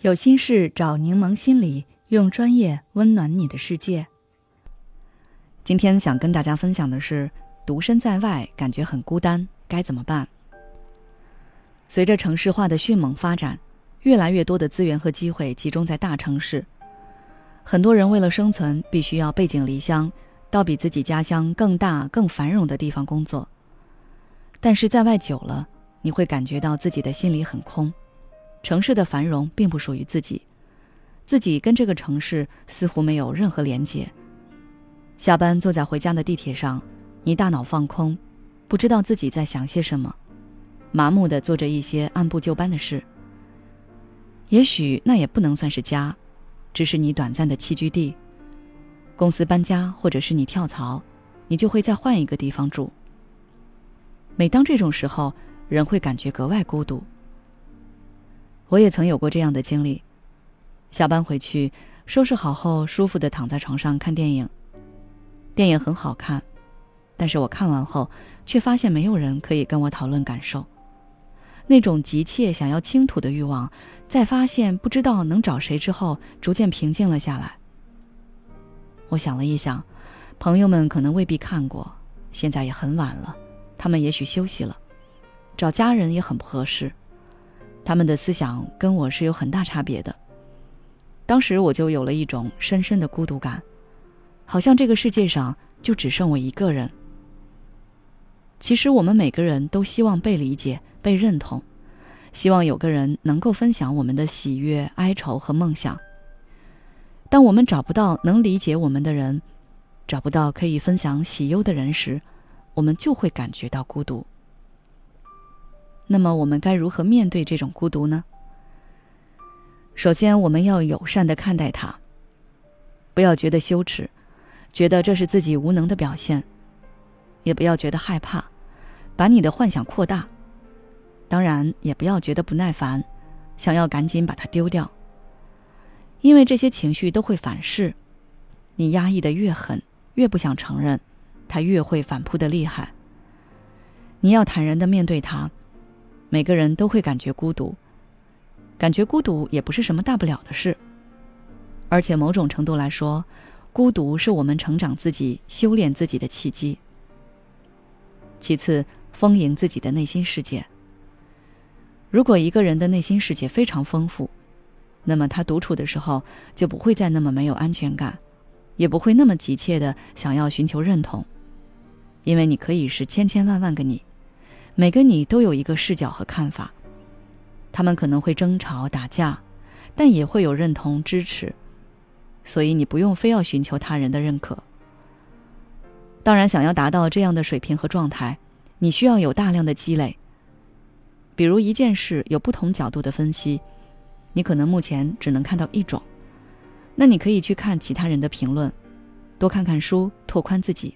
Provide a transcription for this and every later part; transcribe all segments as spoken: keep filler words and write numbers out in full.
有心事找柠檬心理，用专业温暖你的世界。今天想跟大家分享的是，独身在外感觉很孤单，该怎么办？随着城市化的迅猛发展，越来越多的资源和机会集中在大城市，很多人为了生存必须要背井离乡，到比自己家乡更大更繁荣的地方工作。但是在外久了，你会感觉到自己的心里很空，城市的繁荣并不属于自己，自己跟这个城市似乎没有任何连结。下班坐在回家的地铁上，你大脑放空，不知道自己在想些什么，麻木地做着一些按部就班的事。也许那也不能算是家，只是你短暂的栖居地。公司搬家或者是你跳槽，你就会再换一个地方住。每当这种时候，人会感觉格外孤独。我也曾有过这样的经历，下班回去，收拾好后舒服地躺在床上看电影。电影很好看，但是我看完后却发现没有人可以跟我讨论感受。那种急切想要倾吐的欲望，在发现不知道能找谁之后，逐渐平静了下来。我想了一想，朋友们可能未必看过，现在也很晚了，他们也许休息了，找家人也很不合适，他们的思想跟我是有很大差别的。当时我就有了一种深深的孤独感，好像这个世界上就只剩我一个人。其实我们每个人都希望被理解、被认同，希望有个人能够分享我们的喜悦、哀愁和梦想。当我们找不到能理解我们的人，找不到可以分享喜忧的人时，我们就会感觉到孤独。那么我们该如何面对这种孤独呢？首先，我们要友善地看待它，不要觉得羞耻，觉得这是自己无能的表现，也不要觉得害怕，把你的幻想扩大。当然，也不要觉得不耐烦，想要赶紧把它丢掉。因为这些情绪都会反噬，你压抑得越狠，越不想承认，它越会反扑得厉害。你要坦然地面对它。每个人都会感觉孤独，感觉孤独也不是什么大不了的事，而且某种程度来说，孤独是我们成长自己、修炼自己的契机。其次，丰盈自己的内心世界。如果一个人的内心世界非常丰富，那么他独处的时候就不会再那么没有安全感，也不会那么急切地想要寻求认同，因为你可以是千千万万个你，每个你都有一个视角和看法，他们可能会争吵打架，但也会有认同支持，所以你不用非要寻求他人的认可。当然，想要达到这样的水平和状态，你需要有大量的积累。比如一件事有不同角度的分析，你可能目前只能看到一种，那你可以去看其他人的评论，多看看书，拓宽自己。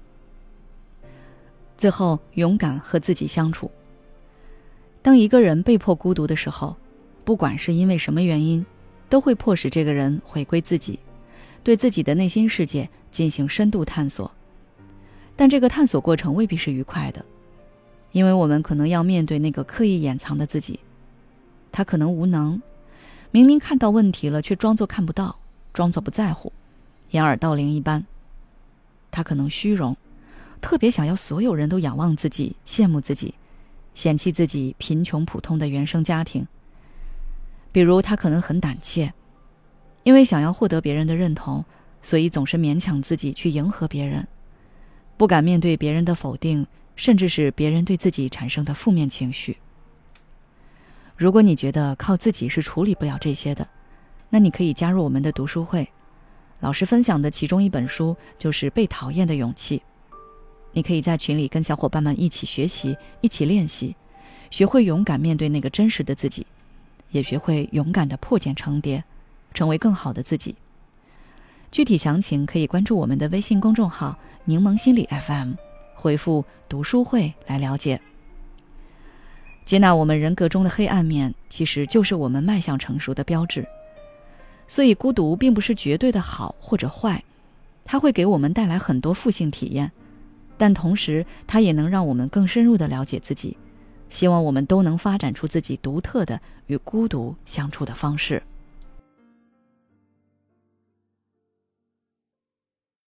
最后，勇敢和自己相处。当一个人被迫孤独的时候，不管是因为什么原因，都会迫使这个人回归自己，对自己的内心世界进行深度探索。但这个探索过程未必是愉快的，因为我们可能要面对那个刻意掩藏的自己，他可能无能，明明看到问题了，却装作看不到，装作不在乎，掩耳盗铃一般。他可能虚荣，特别想要所有人都仰望自己，羡慕自己，嫌弃自己贫穷普通的原生家庭。比如他可能很胆怯，因为想要获得别人的认同，所以总是勉强自己去迎合别人，不敢面对别人的否定，甚至是别人对自己产生的负面情绪。如果你觉得靠自己是处理不了这些的，那你可以加入我们的读书会，老师分享的其中一本书就是《被讨厌的勇气》。你可以在群里跟小伙伴们一起学习，一起练习，学会勇敢面对那个真实的自己，也学会勇敢地破茧成蝶，成为更好的自己。具体详情可以关注我们的微信公众号柠檬心理 F M， 回复读书会来了解。接纳我们人格中的黑暗面，其实就是我们迈向成熟的标志。所以孤独并不是绝对的好或者坏，它会给我们带来很多负性体验，但同时它也能让我们更深入地了解自己。希望我们都能发展出自己独特的与孤独相处的方式。